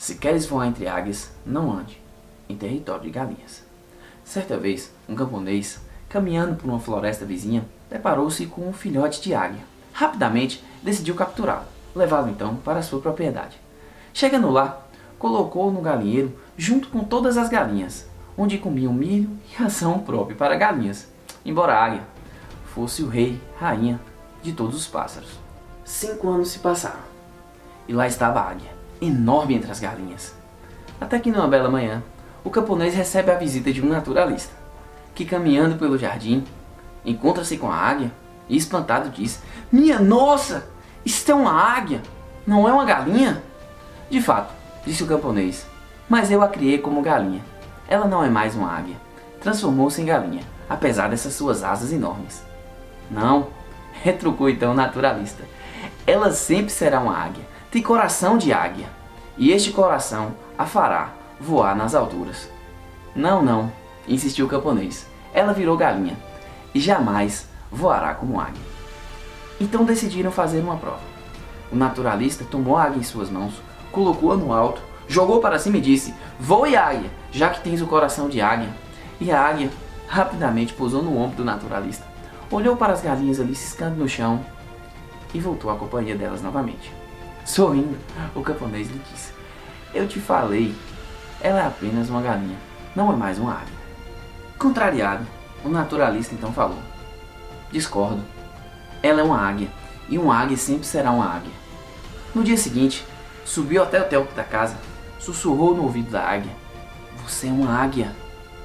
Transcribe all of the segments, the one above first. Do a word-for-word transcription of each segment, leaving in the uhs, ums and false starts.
Se queres voar entre águias, não ande em território de galinhas. Certa vez, um camponês, caminhando por uma floresta vizinha, deparou-se com um filhote de águia. Rapidamente, decidiu capturá-lo, levá-lo então para a sua propriedade. Chegando lá, colocou-o no galinheiro junto com todas as galinhas, onde comiam milho e ração própria para galinhas, embora a águia fosse o rei, rainha de todos os pássaros. Cinco anos se passaram, e lá estava a águia, enorme entre as galinhas. Até que numa bela manhã, o camponês recebe a visita de um naturalista, que caminhando pelo jardim, encontra-se com a águia e espantado diz: "Minha nossa, isto é uma águia, não é uma galinha?" "De fato", disse o camponês, "mas eu a criei como galinha. Ela não é mais uma águia, transformou-se em galinha, apesar dessas suas asas enormes." "Não", retrucou então o naturalista, "ela sempre será uma águia, tem coração de águia, e este coração a fará voar nas alturas." "Não, não", insistiu o camponês, "ela virou galinha, e jamais voará como águia." Então decidiram fazer uma prova. O naturalista tomou a águia em suas mãos, colocou-a no alto, jogou para cima e disse: "Voe, águia, já que tens o coração de águia." E a águia rapidamente pousou no ombro do naturalista, olhou para as galinhas ali ciscando no chão e voltou à companhia delas novamente. Sorrindo, o camponês lhe disse: "Eu te falei, ela é apenas uma galinha, não é mais uma águia." Contrariado, o naturalista então falou: "Discordo. Ela é uma águia, e uma águia sempre será uma águia." No dia seguinte, subiu até o teto da casa, sussurrou no ouvido da águia: "Você é uma águia.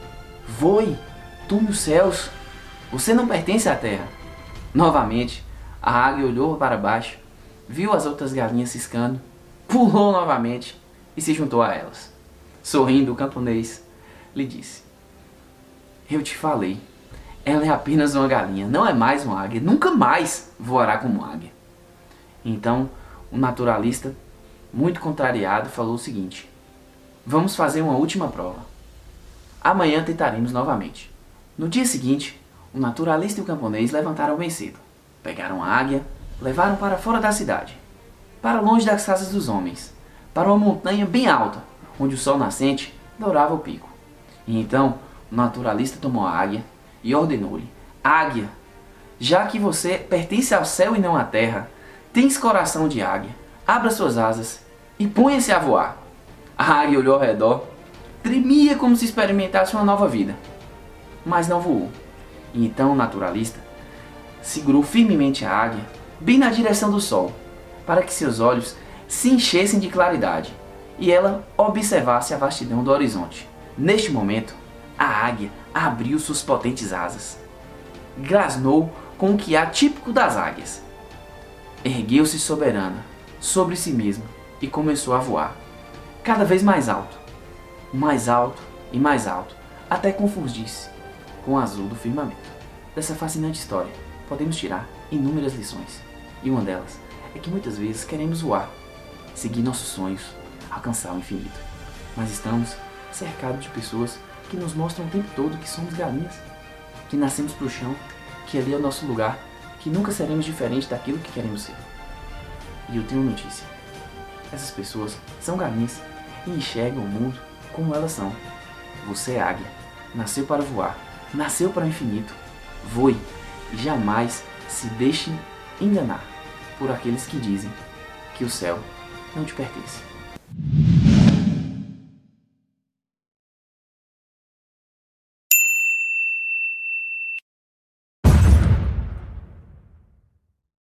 Voe, tome os céus. Você não pertence à terra." Novamente, a águia olhou para baixo, viu as outras galinhas ciscando, pulou novamente e se juntou a elas. Sorrindo, o camponês lhe disse: "Eu te falei, ela é apenas uma galinha, não é mais uma águia, nunca mais voará como águia." Então, o naturalista, muito contrariado, falou o seguinte: "Vamos fazer uma última prova. Amanhã tentaremos novamente." No dia seguinte, o naturalista e o camponês levantaram bem cedo, pegaram a águia, levaram para fora da cidade, para longe das casas dos homens, para uma montanha bem alta, onde o sol nascente dourava o pico. E então, o naturalista tomou a águia e ordenou-lhe: "Águia, já que você pertence ao céu e não à terra, tens coração de águia, abra suas asas e ponha-se a voar." A águia olhou ao redor, tremia como se experimentasse uma nova vida, mas não voou. E então o naturalista segurou firmemente a águia bem na direção do sol, para que seus olhos se enchessem de claridade e ela observasse a vastidão do horizonte. Neste momento, a águia abriu suas potentes asas, grasnou com o que há típico das águias, ergueu-se soberana sobre si mesma e começou a voar, cada vez mais alto, mais alto e mais alto, até confundir-se com o azul do firmamento. Dessa fascinante história, podemos tirar inúmeras lições, e uma delas é que muitas vezes queremos voar, seguir nossos sonhos, alcançar o infinito, mas estamos cercados de pessoas que nos mostram o tempo todo que somos galinhas, que nascemos para o chão, que ali é o nosso lugar, que nunca seremos diferentes daquilo que queremos ser. E eu tenho uma notícia: essas pessoas são galinhas e enxergam o mundo como elas são. Você é águia, nasceu para voar, nasceu para o infinito. Voe e jamais se deixe enganar por aqueles que dizem que o céu não te pertence.